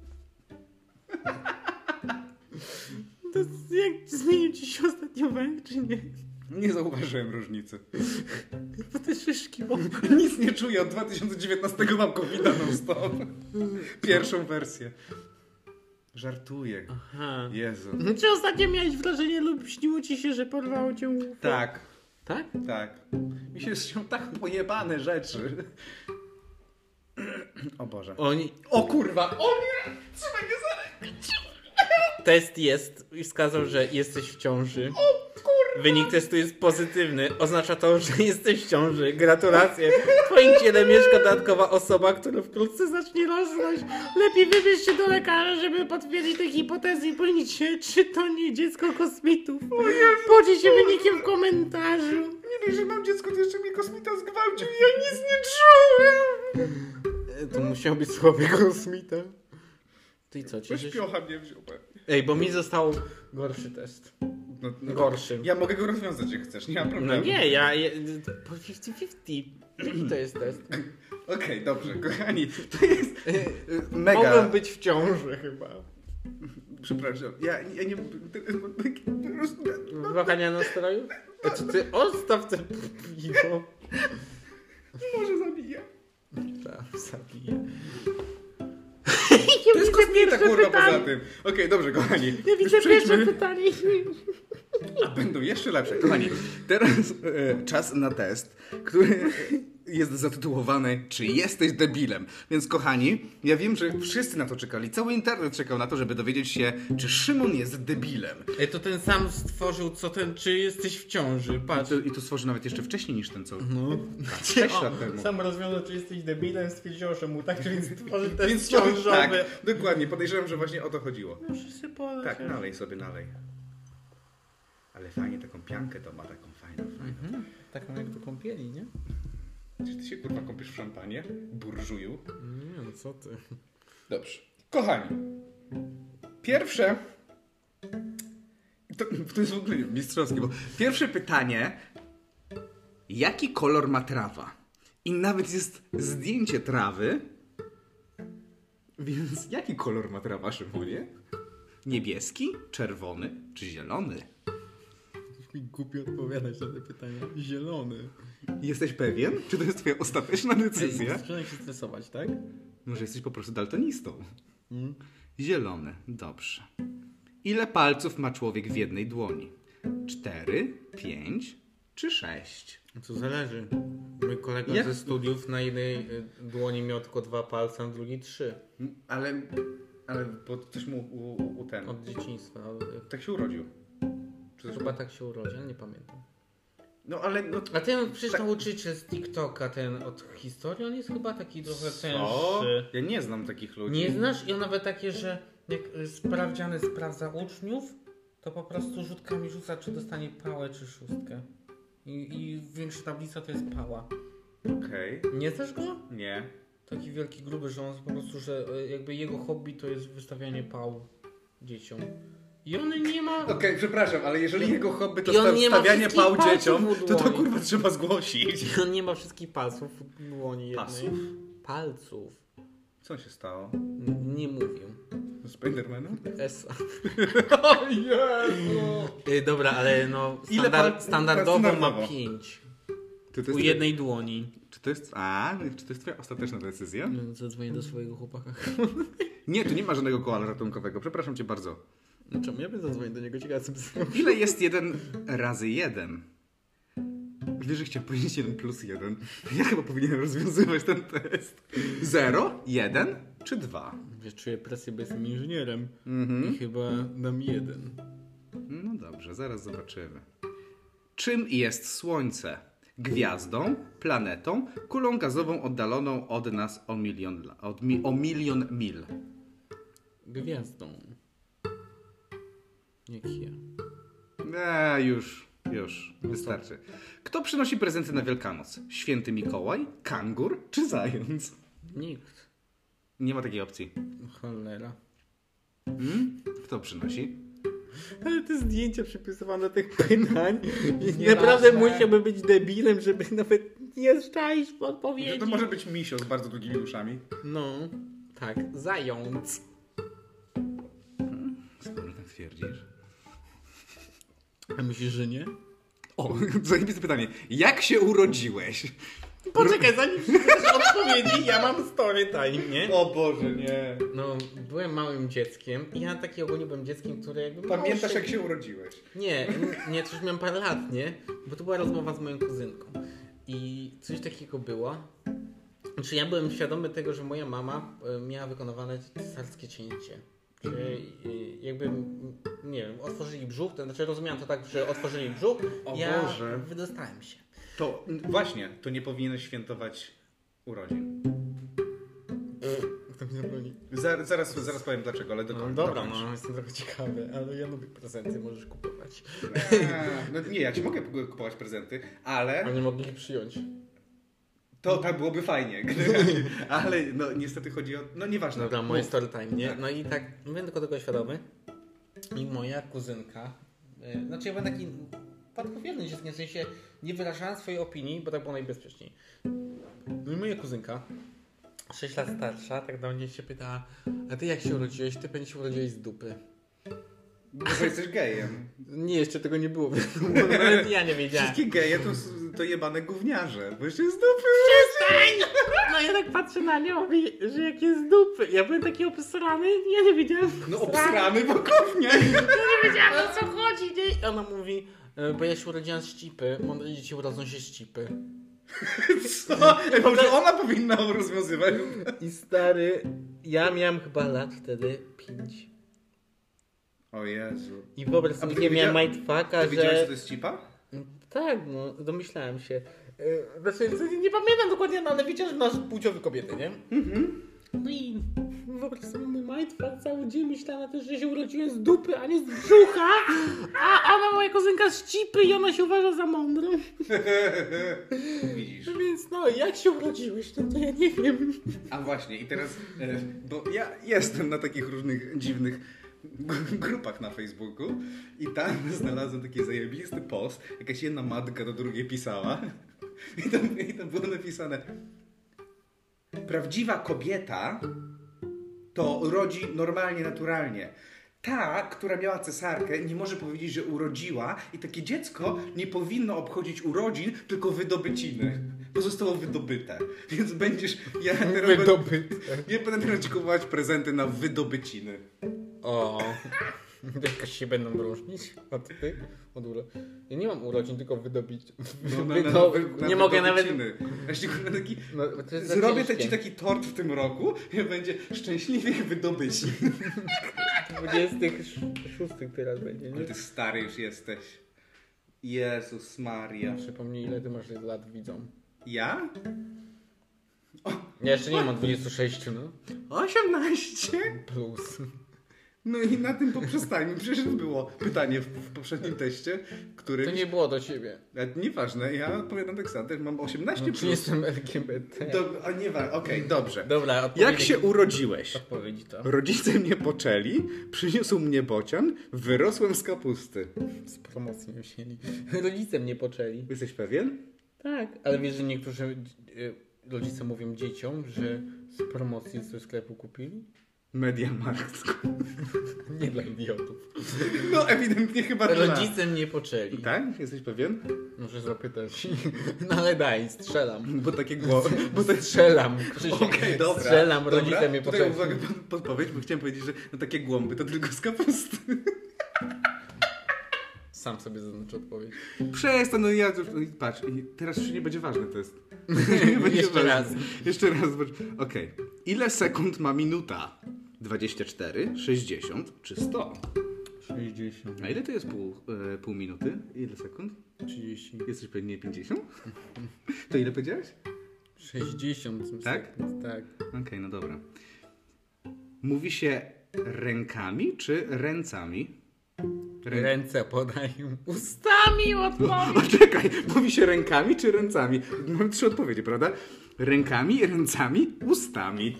To jest, jak zmienił ci się ostatnio węch, czy nie? Nie zauważyłem różnicy. Bo te szyszki bo... Nic nie czuję, od dwa tysiące dziewiętnastego mam kowida non-stop. Pierwszą wersję. Żartuję. Aha. Jezu. Czy ostatnio miałeś wrażenie lub śniło ci się, że porwało cię U F O? Tak, Tak? tak. Mi się śnią tak pojebane rzeczy. O Boże. Oni... O kurwa! O nie! Trzymaj mnie za rękę! Test jest i wskazał, że jesteś w ciąży. O kurwa! Wynik testu jest pozytywny. Oznacza to, że jesteś w ciąży. Gratulacje. W twoim ciele mieszka dodatkowa osoba, która wkrótce zacznie rosnąć. Lepiej wybierz się do lekarza, żeby potwierdzić te hipotezy i powiedzieć się, czy to nie dziecko kosmitów. Podziel się wynikiem w komentarzu. Nie dość, że mam dziecko, to jeszcze mnie kosmita zgwałcił i ja nic nie czułem! To musiał być słaby kosmita. Ty co, Weź cieszysz? piocha mnie wziął pewnie. Ej, bo mi został gorszy test. No, no Gorszy. Ja mogę go rozwiązać, jak chcesz, nie ma No problemu. nie, ja... ja po pięćdziesiąt pięćdziesiąt. Jaki to jest test? Okej, okay, dobrze, kochani. To jest mega... Mogłem być w ciąży chyba. Przepraszam, ja, ja nie... Wahania nastroju? A czy ty odstaw te piwo? Może zabija. Tak, zabiję. To jest kosmita, kurwa, poza tym. Okej, okay, dobrze, kochani. Ja widzę pierwsze pytanie. A będą jeszcze lepsze. Kochani, teraz e, czas na test, który jest zatytułowany Czy jesteś debilem? Więc kochani, ja wiem, że wszyscy na to czekali. Cały internet czekał na to, żeby dowiedzieć się, czy Szymon jest debilem. Ej, to ten sam stworzył, co ten, czy jesteś w ciąży. Patrz. I to, i to stworzył nawet jeszcze wcześniej niż ten, co... No. sześć lat temu. Sam rozwiązał, czy jesteś debilem, stwierdziło, że mu tak, więc stworzył test Więc ciążowy. tak, dokładnie. Podejrzewam, że właśnie o to chodziło. Muszę się poleć. Tak, nalej sobie, nalej. Ale fajnie taką piankę to ma, taką fajną, fajną. Mhm. Taką jak do kąpieli, nie? Czy ty się kurwa kąpisz w szampanie? Burżuju? Nie, no co ty. Dobrze. Kochani, pierwsze... To, to jest w ogóle mistrzowskie, bo pierwsze pytanie... Jaki kolor ma trawa? I nawet jest zdjęcie trawy. Więc jaki kolor ma trawa, Szymonie? Niebieski, czerwony czy zielony? Mi głupio odpowiadać na te pytania. Zielony. Jesteś pewien? Czy to jest twoja ostateczna decyzja? Zaczynaj się stresować, tak? Może jesteś po prostu daltonistą. Mm. Zielony, dobrze. Ile palców ma człowiek w jednej dłoni? Cztery, pięć czy sześć? To zależy. Mój kolega Jak? ze studiów na jednej y, dłoni miał tylko dwa palce, a na drugiej trzy. Ale, ale bo coś mu u, u, u ten... Od dzieciństwa. ale- Tak się urodził. Czy Chyba tak się urodził, ale nie pamiętam. No ale... No, A ten przecież nauczyciel z TikToka, ten od historii, on jest chyba taki trochę co? cięższy. Ja nie znam takich ludzi. Nie znasz? I on nawet takie, że jak y, sprawdziany sprawdza uczniów, to po prostu rzutkami rzuca, czy dostanie pałę, czy szóstkę. I, i większa tablica to jest pała. Okej. Nie znasz go? Nie. Taki wielki, gruby, że on po prostu, że y, jakby jego hobby to jest wystawianie pał dzieciom. I on nie ma... Okej, okay, przepraszam, ale jeżeli jego hobby to I on sta- nie ma stawianie wszystkich pał palców dzieciom, u to to dłoni. kurwa trzeba zgłosić. I on nie ma wszystkich palców w dłoni jednej. Pasów? Palców. Co się stało? N- nie mówię. Spidermanem? Esa. O Jezu! Y, Dobra, ale no Ile standard, pal- standardowo standardowo? ma pięć. Czy to U jest, jednej dłoni. czy to jest, a, czy to jest twoja ostateczna decyzja? No, Zadzwonię do swojego chłopaka. Nie, tu nie ma żadnego koła ratunkowego, przepraszam cię bardzo. No czemu? Ja bym zadzwonił do niego, ciekawe co by zrobił. Ile jest jeden razy jeden? Wiesz, że chciałem powiedzieć jeden plus jeden. Ja chyba powinienem rozwiązywać ten test. Zero, jeden czy dwa? Wiesz, czuję presję, bo jestem inżynierem. Mhm. I chyba dam jeden. No dobrze, zaraz zobaczymy. Czym jest Słońce? Gwiazdą, planetą, kulą gazową oddaloną od nas o milion, la- od mi, o milion mil. Gwiazdą. Jak ja. Eee, już, już, wystarczy. Kto przynosi prezenty na Wielkanoc? Święty Mikołaj, kangur czy zając? Nikt. Nie ma takiej opcji. Cholera. Hmm? Kto przynosi? Ale te zdjęcia przypisywane tych pytań. Nieważne. Naprawdę musiałbym być debilem, żeby nawet nie szczaić w odpowiedzi. To może być misio z bardzo długimi uszami. No, tak, zając. Skoro tak twierdzisz. A myślisz, że nie? O, zajebiste pytanie. Jak się urodziłeś? Poczekaj, zanim przeczytasz odpowiedzi, ja mam story time, nie? O Boże, nie. No, byłem małym dzieckiem i ja taki ogólnie byłem dzieckiem, które jakby... mało Pamiętasz jak się urodziłeś? Nie, nie, to już miałem parę lat, nie? Bo to była rozmowa z moją kuzynką. I coś takiego było. Znaczy ja byłem świadomy tego, że moja mama e, miała wykonywane cesarskie cięcie. Że e, jakby, m, nie wiem, otworzyli brzuch, to znaczy rozumiałem to tak, że otworzyli brzuch, O ja Boże. wydostałem się. To właśnie, to nie powinieneś świętować urodzin. To mnie boli. Zaraz, zaraz, zaraz powiem dlaczego, ale No, dokąd. dobra, no jestem trochę ciekawy, ale ja lubię prezenty, możesz kupować. No nie, ja ci mogę kupować prezenty, ale A nie mogli ich przyjąć. To tak byłoby fajnie. Ale no niestety chodzi o... No nieważne. Dobra, moje Mów. story time, nie? Tak. No i tak, byłem tylko tego świadomy. I moja kuzynka, yy, znaczy ja byłem taki łatwowierny dzieckiem, w sensie nie wyrażałem swojej opinii, bo tak było najbezpieczniej. No i moja kuzynka, sześć lat starsza, tak do mnie się pytała, a ty jak się urodziłeś? Ty pewnie się urodziłeś z dupy. Bo jesteś gejem. Nie, jeszcze tego nie było. Nawet ja nie wiedziałem. Wszystkie geje to, to jebane gówniarze. Bo jeszcze jest dupy. Przestań! No ja tak patrzę na nią, mówi, że jak jest dupy. Ja byłem taki obsrany, ja nie wiedziałem. No obsrany, bo gówniarz. Ja nie wiedziałem, o co chodzi, nie? Ona mówi, e, bo ja się urodziłam z cipy, mądre dzieci urodzą się z cipy. Co? Ej, może ona powinna rozwiązywać. I stary, ja miałem chyba lat wtedy pięć. O Jezu. I wyobraź sobie, ty nie miałem widzia- mindfucka, Ty wiedziałeś, że... że to jest cipa? Tak, no, domyślałem się. E, Znaczy, nie pamiętam dokładnie, no, ale wiedziałem, że masz płciowe kobiety, nie? Mhm. No i wyobraź sobie mój mindfuck, cały dzień myślałem też, że się urodziłem z dupy, a nie z brzucha, a ona moja kuzynka z cipy i ona się uważa za mądrą. Widzisz. Więc no, jak się urodziłeś, to, to ja nie wiem. A właśnie, i teraz, e, bo ja jestem na takich różnych dziwnych g- grupach na Facebooku i tam znalazłem taki zajebisty post, jakaś jedna matka do drugiej pisała i tam, i tam było napisane: prawdziwa kobieta to rodzi normalnie, naturalnie. Ta, która miała cesarkę, nie może powiedzieć, że urodziła i takie dziecko nie powinno obchodzić urodzin, tylko wydobyciny. Bo zostało wydobyte. Więc będziesz... Ja teraz Wydobyte. Będę, ja będę teraz ci kupować prezenty na wydobyciny. O, jakoś się będą różnić od tych, od uro... Ja nie mam urodzin, tylko wydobić. No, na, Wydo... na, na, na nie mogę nawet... wydobyciny. Ja ci kurwa taki... No, to jest za Zrobię te, ciężkie. ci taki tort w tym roku i będzie szczęśliwie wydobyci. dwudziestych szóstych teraz będzie, Ale nie? ty stary już jesteś. Jezus Maria. Przypomnij, ile ty masz lat widzą. Ja? Ja jeszcze nie mam dwudziestu sześciu, no. osiemnaście? Plus. No i na tym poprzestańmy. Przecież było pytanie w, w poprzednim teście, który... To nie było do ciebie. Ale nieważne, ja odpowiadam tak samo. Też mam osiemnaście No, plus. czy jestem L G B T? Do, a nie wa- okej, dobrze. Dobra, odpowiedź. Jak się urodziłeś? Odpowiedź to. Rodzice mnie poczęli, przyniósł mnie bocian, wyrosłem z kapusty. Z promocji nie wzięli. Rodzice mnie poczęli. Jesteś pewien? Tak, ale wiesz, że niektórzy y, rodzice mówią dzieciom, że z promocji ze sklepu kupili? Mediamarkt. Nie dla idiotów. No ewidentnie chyba dla. Rodzice mnie poczęli. Tak? Jesteś pewien? Może zapytać. No ale daj, strzelam. Bo takie głowy. Bo to jest... Strzelam, Krzysiek. Okej, dobra. Strzelam, Dobra. rodzice mnie Tutaj poczęli. uwaga, pod- podpowiedź, bo chciałem powiedzieć, że no takie głąby to tylko z kapusty. Sam sobie zaznaczę odpowiedź. Przestań, no ja już... Patrz, i teraz już nie będzie ważny test. Nie będzie Jeszcze ważny. raz. Jeszcze raz. zobacz. Okej. Ile sekund ma minuta? dwadzieścia cztery, sześćdziesiąt czy sto? sześćdziesiąt. A ile to jest pół, e, pół minuty? Ile sekund? trzydzieści. Jesteś pewnie pięćdziesiąt? To ile powiedziałeś? sześćdziesiąt. Tak? sekund, tak. Okej, no dobra. Mówi się rękami czy ręcami? Rę... Ręce podają. Ustami odpowiedź. O, czekaj, mówi się rękami czy ręcami? Mam trzy odpowiedzi, prawda? Rękami, ręcami, ustami.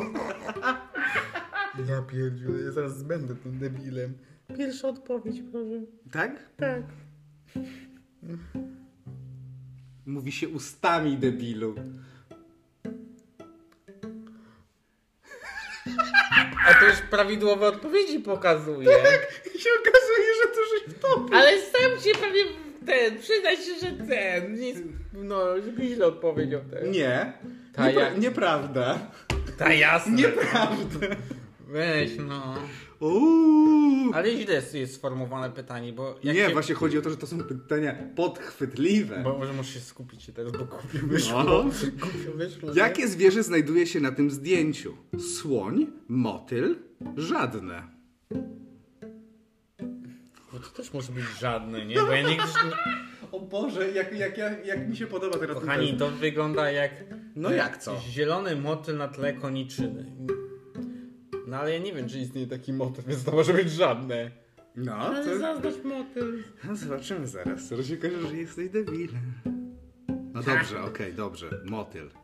Ja pierdziule, ja zaraz będę tym debilem. Pierwsza odpowiedź, proszę. Tak? Tak. Mówi się ustami, debilu. A to już prawidłowe odpowiedzi pokazuje. I się okazuje, że to żeś w topie. Ale sam się pewnie ten, przyznaj się, że ten, nic, no, żeby źle odpowiedział ten. Nie. Ta Niepra- ja- Nieprawda. Ta jasne. Nieprawda. Weź, no. Uuu. Ale źle jest sformułowane pytanie, bo... Jak Nie, się... właśnie chodzi o to, że to są pytania podchwytliwe. Bo może muszę się skupić się teraz, bo głupio wyszło. No. Głupio wyszło. nie? Jakie zwierzę znajduje się na tym zdjęciu? Słoń, motyl, żadne. No to też może być żadne, nie? Bo ja nigdy... O Boże, jak, jak, jak, jak mi się podoba teraz ten Kochani, test. to wygląda jak... No jak co? Zielony motyl na tle koniczyny. No ale ja nie wiem, czy istnieje taki motyl, więc to może być żadne. No, Ale to... zaznacz motyl. no zobaczymy zaraz. Zaraz się okaże, że jesteś debilem. No dobrze, okej, dobrze. Motyl.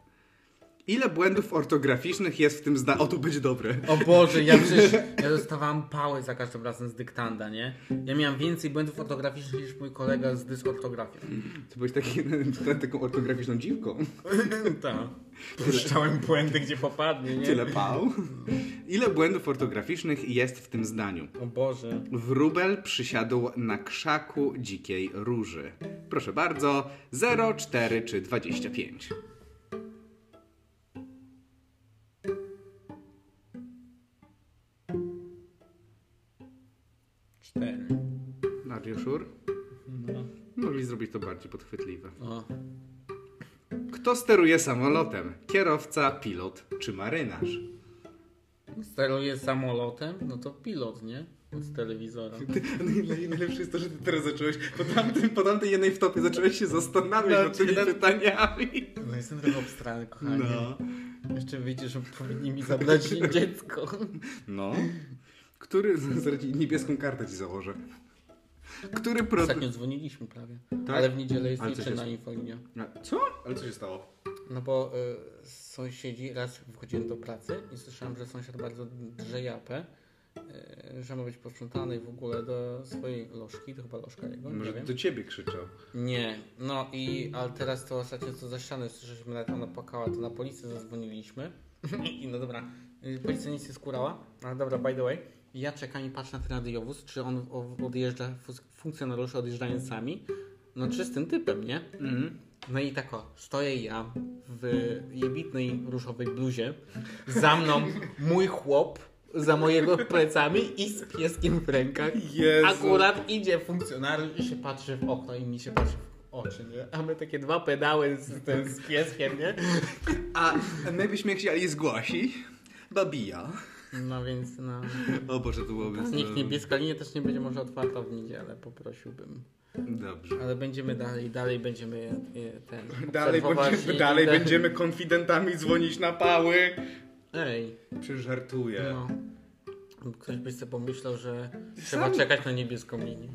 Ile błędów ortograficznych jest w tym zdaniu? O, tu będzie dobre. O Boże, ja przecież ja dostawałam pałę za każdym razem z dyktanda, nie? Ja miałam więcej błędów ortograficznych niż mój kolega z dysortografią. Ty byłeś taki, taką ortograficzną dziwką. Tak. Puszczałem błędy, gdzie popadnie, nie? Tyle pał. Ile błędów ortograficznych jest w tym zdaniu? O Boże. Wróbel przysiadł na krzaku dzikiej róży. Proszę bardzo, zero, cztery czy dwadzieścia pięć? Cztery. Are you sure? No. Mogli zrobić to bardziej podchwytliwe. O. Kto steruje samolotem? Kierowca, pilot czy marynarz? Steruje samolotem? No to pilot, nie? Z telewizora. Ty, najlepsze jest to, że ty teraz zacząłeś, po, tamtym, po tamtej jednej wtopie zacząłeś się zastanawiać nad tymi no, pytaniami. No jestem trochę obstrany, kochanie. No. Jeszcze wyjdzie, że powinni mi zabrać dziecko. No. Który, zaraz ci niebieską kartę ci założę. Który produkt... Ostatnio dzwoniliśmy prawie. Tak? Ale w niedzielę jest Ale co liczna się- infolinia. A, co? Ale co się stało? No bo y, sąsiedzi, raz wchodziłem do pracy i słyszałem, że sąsiad bardzo drze japę, y, że ma być posprzątany i w ogóle do swojej lożki, to chyba lożka jego, nie Może wiem. do ciebie krzyczał. Nie, no i, ale teraz to ostatnio co za ściany słyszeliśmy, nawet ona płakała, to na policję zadzwoniliśmy i no dobra, y, policja nic nie skurała, ale dobra, by the way, ja czekam i patrzę na ten radiowóz, czy on o- odjeżdża, fus- funkcjonariusze odjeżdżają sami, no czystym typem, nie? Mhm. No i tak o, stoję ja w jebitnej różowej bluzie, za mną mój chłop, za mojego plecami i z pieskiem w rękach. Jezu. Akurat idzie funkcjonariusz i się patrzy w okno i mi się patrzy w oczy, nie? A my takie dwa pedały z, ten, z pieskiem, nie? A my byśmy chcieli zgłosić Babija. No więc no... O Boże, to byłoby... Nikt niebieska linia też nie będzie może otwarta w niedzielę, poprosiłbym. Dobrze. Ale będziemy dalej, dalej będziemy e, ten... Dalej, obserwować będziemy, i- dalej i- będziemy konfidentami dzwonić na pały. Ej, Przecież żartuję. no... Ktoś by sobie pomyślał, że Sam- trzeba czekać na niebieską linię.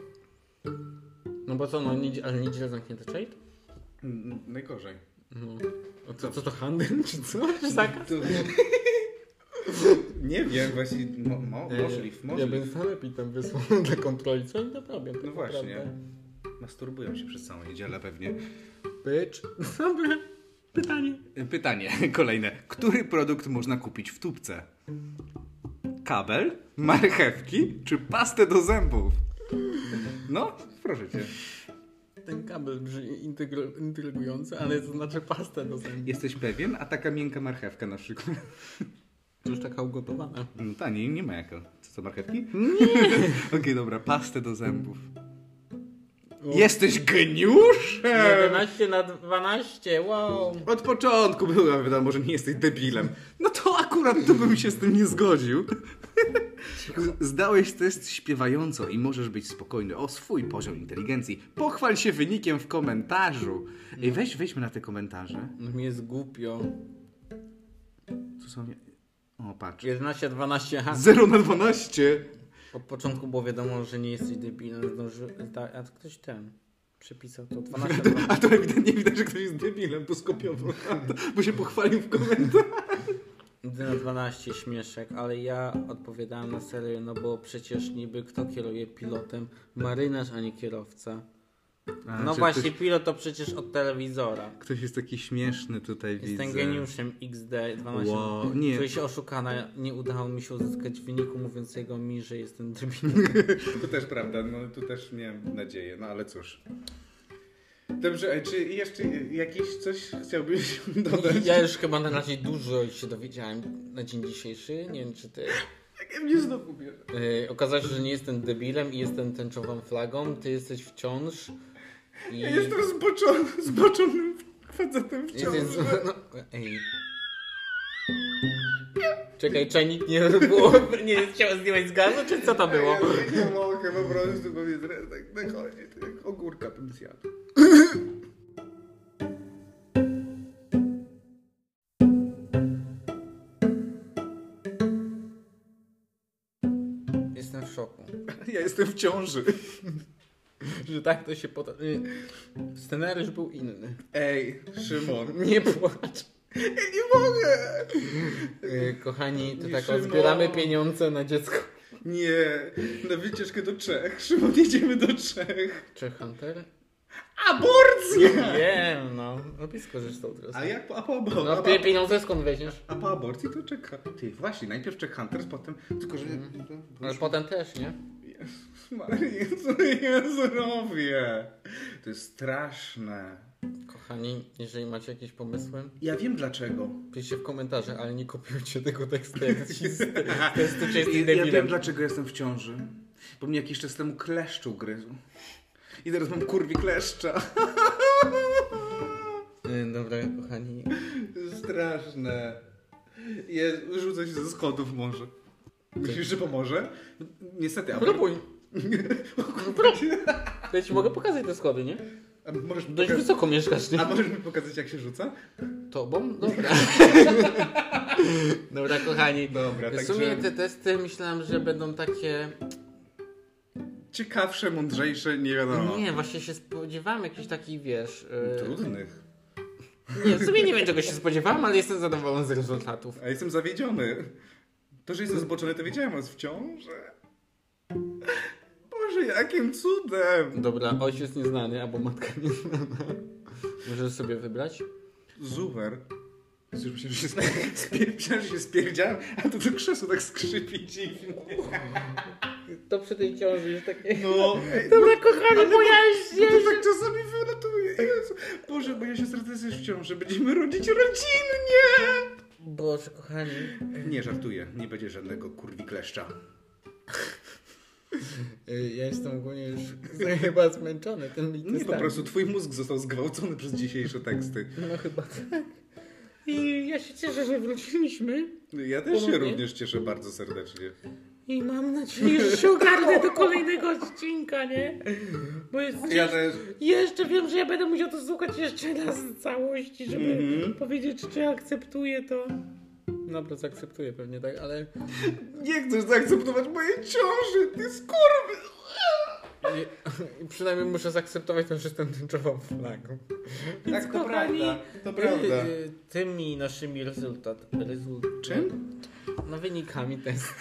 No bo co, no, niedzie- ale niedziela zamknięta trade? Mm, Najgorzej. No. A co, co to handel, czy co? Czy zakaz? To... Nie wiem, właśnie, mo, mo, możliw, Ja możliw. bym sanepid tam wysłał dla kontroli, co oni naprawią. tak No właśnie. naprawdę. Masturbują się przez całą niedzielę pewnie. Bitch. Dobra. Pytanie. Pytanie kolejne. Który produkt można kupić w tubce? Kabel, marchewki czy pastę do zębów? No, proszę cię. Ten kabel brzmi intygru- intrygujący, ale to znaczy pastę do zębów. Jesteś pewien? A taka miękka marchewka na przykład? To już taka ugotowana. No taniej, nie ma jako. Co to, marchewki? Nie! Okej, dobra, pastę do zębów. Jesteś geniuszem! jedenaście na dwanaście, wow. Od początku było wiadomo, że nie jesteś debilem. No to akurat to bym się z tym nie zgodził. Zdałeś test śpiewająco i możesz być spokojny o swój poziom inteligencji. Pochwal się wynikiem w komentarzu. Ej, weź, weźmy na te komentarze. No mi jest głupio. Co są... O, patrz. jedenaście dwanaście, aha. zero na dwanaście. Od początku było wiadomo, że nie jesteś debilem, zdąży... da- a ktoś ten przepisał to dwanaście A to ewidentnie widać, że ktoś jest debilem, to skopiował, bo się pochwalił w komentarzu. jeden na dwanaście śmieszek, ale ja odpowiadałem na serio, no bo przecież niby kto kieruje pilotem? Marynarz, a nie kierowca. A, No czy właśnie, Ktoś, pilot to przecież od telewizora. ktoś jest taki śmieszny tutaj, widzę. Jestem geniuszem X D dwanaście, Wow, nie. który się oszukana. Nie udało mi się uzyskać wyniku mówiącego mi, że jestem debilem. To też prawda, no tu też miałem nadzieję, no ale cóż. Dobrze, a czy jeszcze jakieś coś chciałbyś dodać? Ja już chyba na razie dużo się dowiedziałem na dzień dzisiejszy. Nie wiem, czy ty... Jak mnie znowu bierze. Yy, okazało się, że nie jestem debilem i jestem tęczową flagą. Ty jesteś wciąż. I... Ja jestem zboczony, zboczonym facetem w ciąży. Jesteś... No, ej. Czekaj, czajnik nie było, nie chciał zdjąć z gazu, czy co to było? Ja nie mogę po prostu, bo mnie teraz tak nachodzi, to jak ogórka bym zjadł. Jestem w szoku. Ja jestem w ciąży. Że tak to się potem... Scenariusz był inny. Ej, Szymon. Nie płacz. Ja nie mogę! Yy, kochani, to Nie, tak Szymon. zbieramy pieniądze na dziecko. Nie, na wycieczkę do Czech. Szymon, jedziemy do Czech. Czy Hunter? Aborcja! Wiem, no. No blisko zresztą teraz. A jak po, a po, a, No a, pie- pieniądze skąd weźmiesz? a po aborcji to czeka. Ty, właśnie, najpierw Czech Hunters, potem... Tylko, że... Ale potem też, nie? Jezus Maria, co ja zrobię? To jest straszne. Kochani, jeżeli macie jakieś pomysły, Ja wiem dlaczego. piszcie w komentarzach, ale nie kopiujcie tego tekstu jak ci z testu, czy jest Ja, ja debilem. wiem dlaczego jestem w ciąży. Bo mnie jakiś czas temu kleszczu gryzł. I teraz mam kurwi kleszcza. Yy, Dobra, kochani. Straszne. Je, rzucę się ze schodów może. Myślisz, że pomoże? Niestety. A Próbuj. Ja ci mogę pokazać te schody, nie? A możesz mi Dość pokazać- wysoko mieszkasz, nie? A możesz mi pokazać, jak się rzuca? Tobą? Dobra. Dobra, kochani. Dobra, W także- sumie te testy myślałem, że będą takie... Ciekawsze, mądrzejsze, nie wiadomo. Nie, właśnie się spodziewałem jakichś takich, wiesz... yy, Trudnych. Nie, w sumie nie wiem, czego się spodziewałem, ale jestem zadowolony z rezultatów. A jestem zawiedziony. To, że jestem zboczony, to wiedziałem, a w ciąży. Boże, jakim cudem. Dobra, ojciec nieznany albo matka nieznana. Możesz sobie wybrać? Super. Już myślałem, że się, spie- myślałem, że się spierdziałem, a to to krzesło tak skrzypi dziwnie. To przy tej ciąży już takie... No, ej, Dobra, kochani, bo ja już... bo to tak czasami wylatuje. Jezu. Boże, moja siostra też jest w ciąży. Będziemy rodzić rodzinnie. Boże, kochani. Nie, żartuję. Nie będzie żadnego kurwi kleszcza. Y, Ja jestem ogólnie już chyba zmęczony tym Nie, po testami. prostu twój mózg został zgwałcony przez dzisiejsze teksty. No chyba tak. I ja się cieszę, że wróciliśmy. Ja też się Ponownie? również cieszę bardzo serdecznie. I mam nadzieję, że się ogarnę do kolejnego odcinka, nie? Bo jest Ja też. Jeszcze wiem, że ja będę musiał to słuchać jeszcze raz w całości, żeby Mhm. powiedzieć, czy akceptuję to. Dobra, zaakceptuję pewnie, tak, ale... Nie chcesz zaakceptować mojej ciąży, ty skurwy! I, i przynajmniej muszę zaakceptować to, że jestem tęczową flagą. Więc, Tak, to kochani, prawda, to prawda. y, y, tymi naszymi rezultat... rezult... Czym? No wynikami testu.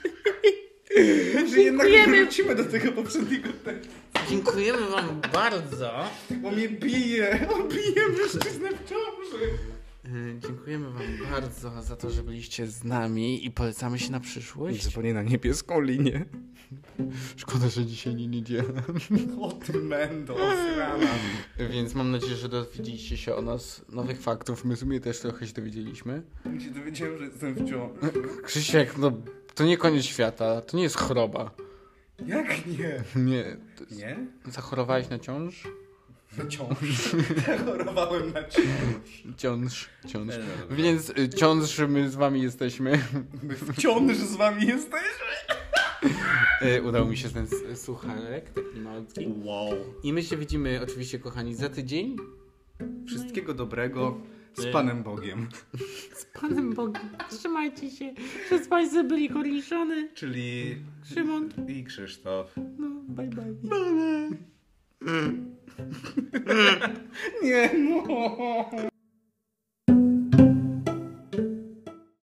Że jednak Dziękujemy. wrócimy do tego poprzedniego tekstu. Dziękujemy wam bardzo. Bo mnie bije, on bije mężczyznę w ciąży. Y, Dziękujemy wam bardzo za to, że byliście z nami i polecamy się na przyszłość. Dzwonię na niebieską linię. Szkoda, że dzisiaj nie niedziela. O ty mendo, osrana. Więc mam nadzieję, że dowiedzieliście się o nas nowych faktów. My w sumie też trochę się dowiedzieliśmy. Ja się dowiedziałem, że jestem w ciąży. Krzysiek, no to nie koniec świata, to nie jest choroba. Jak nie? Nie. To jest... Nie? Zachorowałeś na ciąż? Na ciąż. Chorowałem na ciąż. Ciąż, ciąż. Nie, no dobra. Więc y, ciąż, my z wami jesteśmy. My wciąż z wami jesteśmy. Y, Udał mi się ten s- sucharek, taki malutki. Wow. I my się widzimy oczywiście, kochani, za tydzień. Wszystkiego dobrego z Nie. Panem Bogiem. Z Panem Bogiem. Trzymajcie się. Przez Państwa byli Korliszony, Czyli Szymon. i Krzysztof. No, bye bye. Nie no.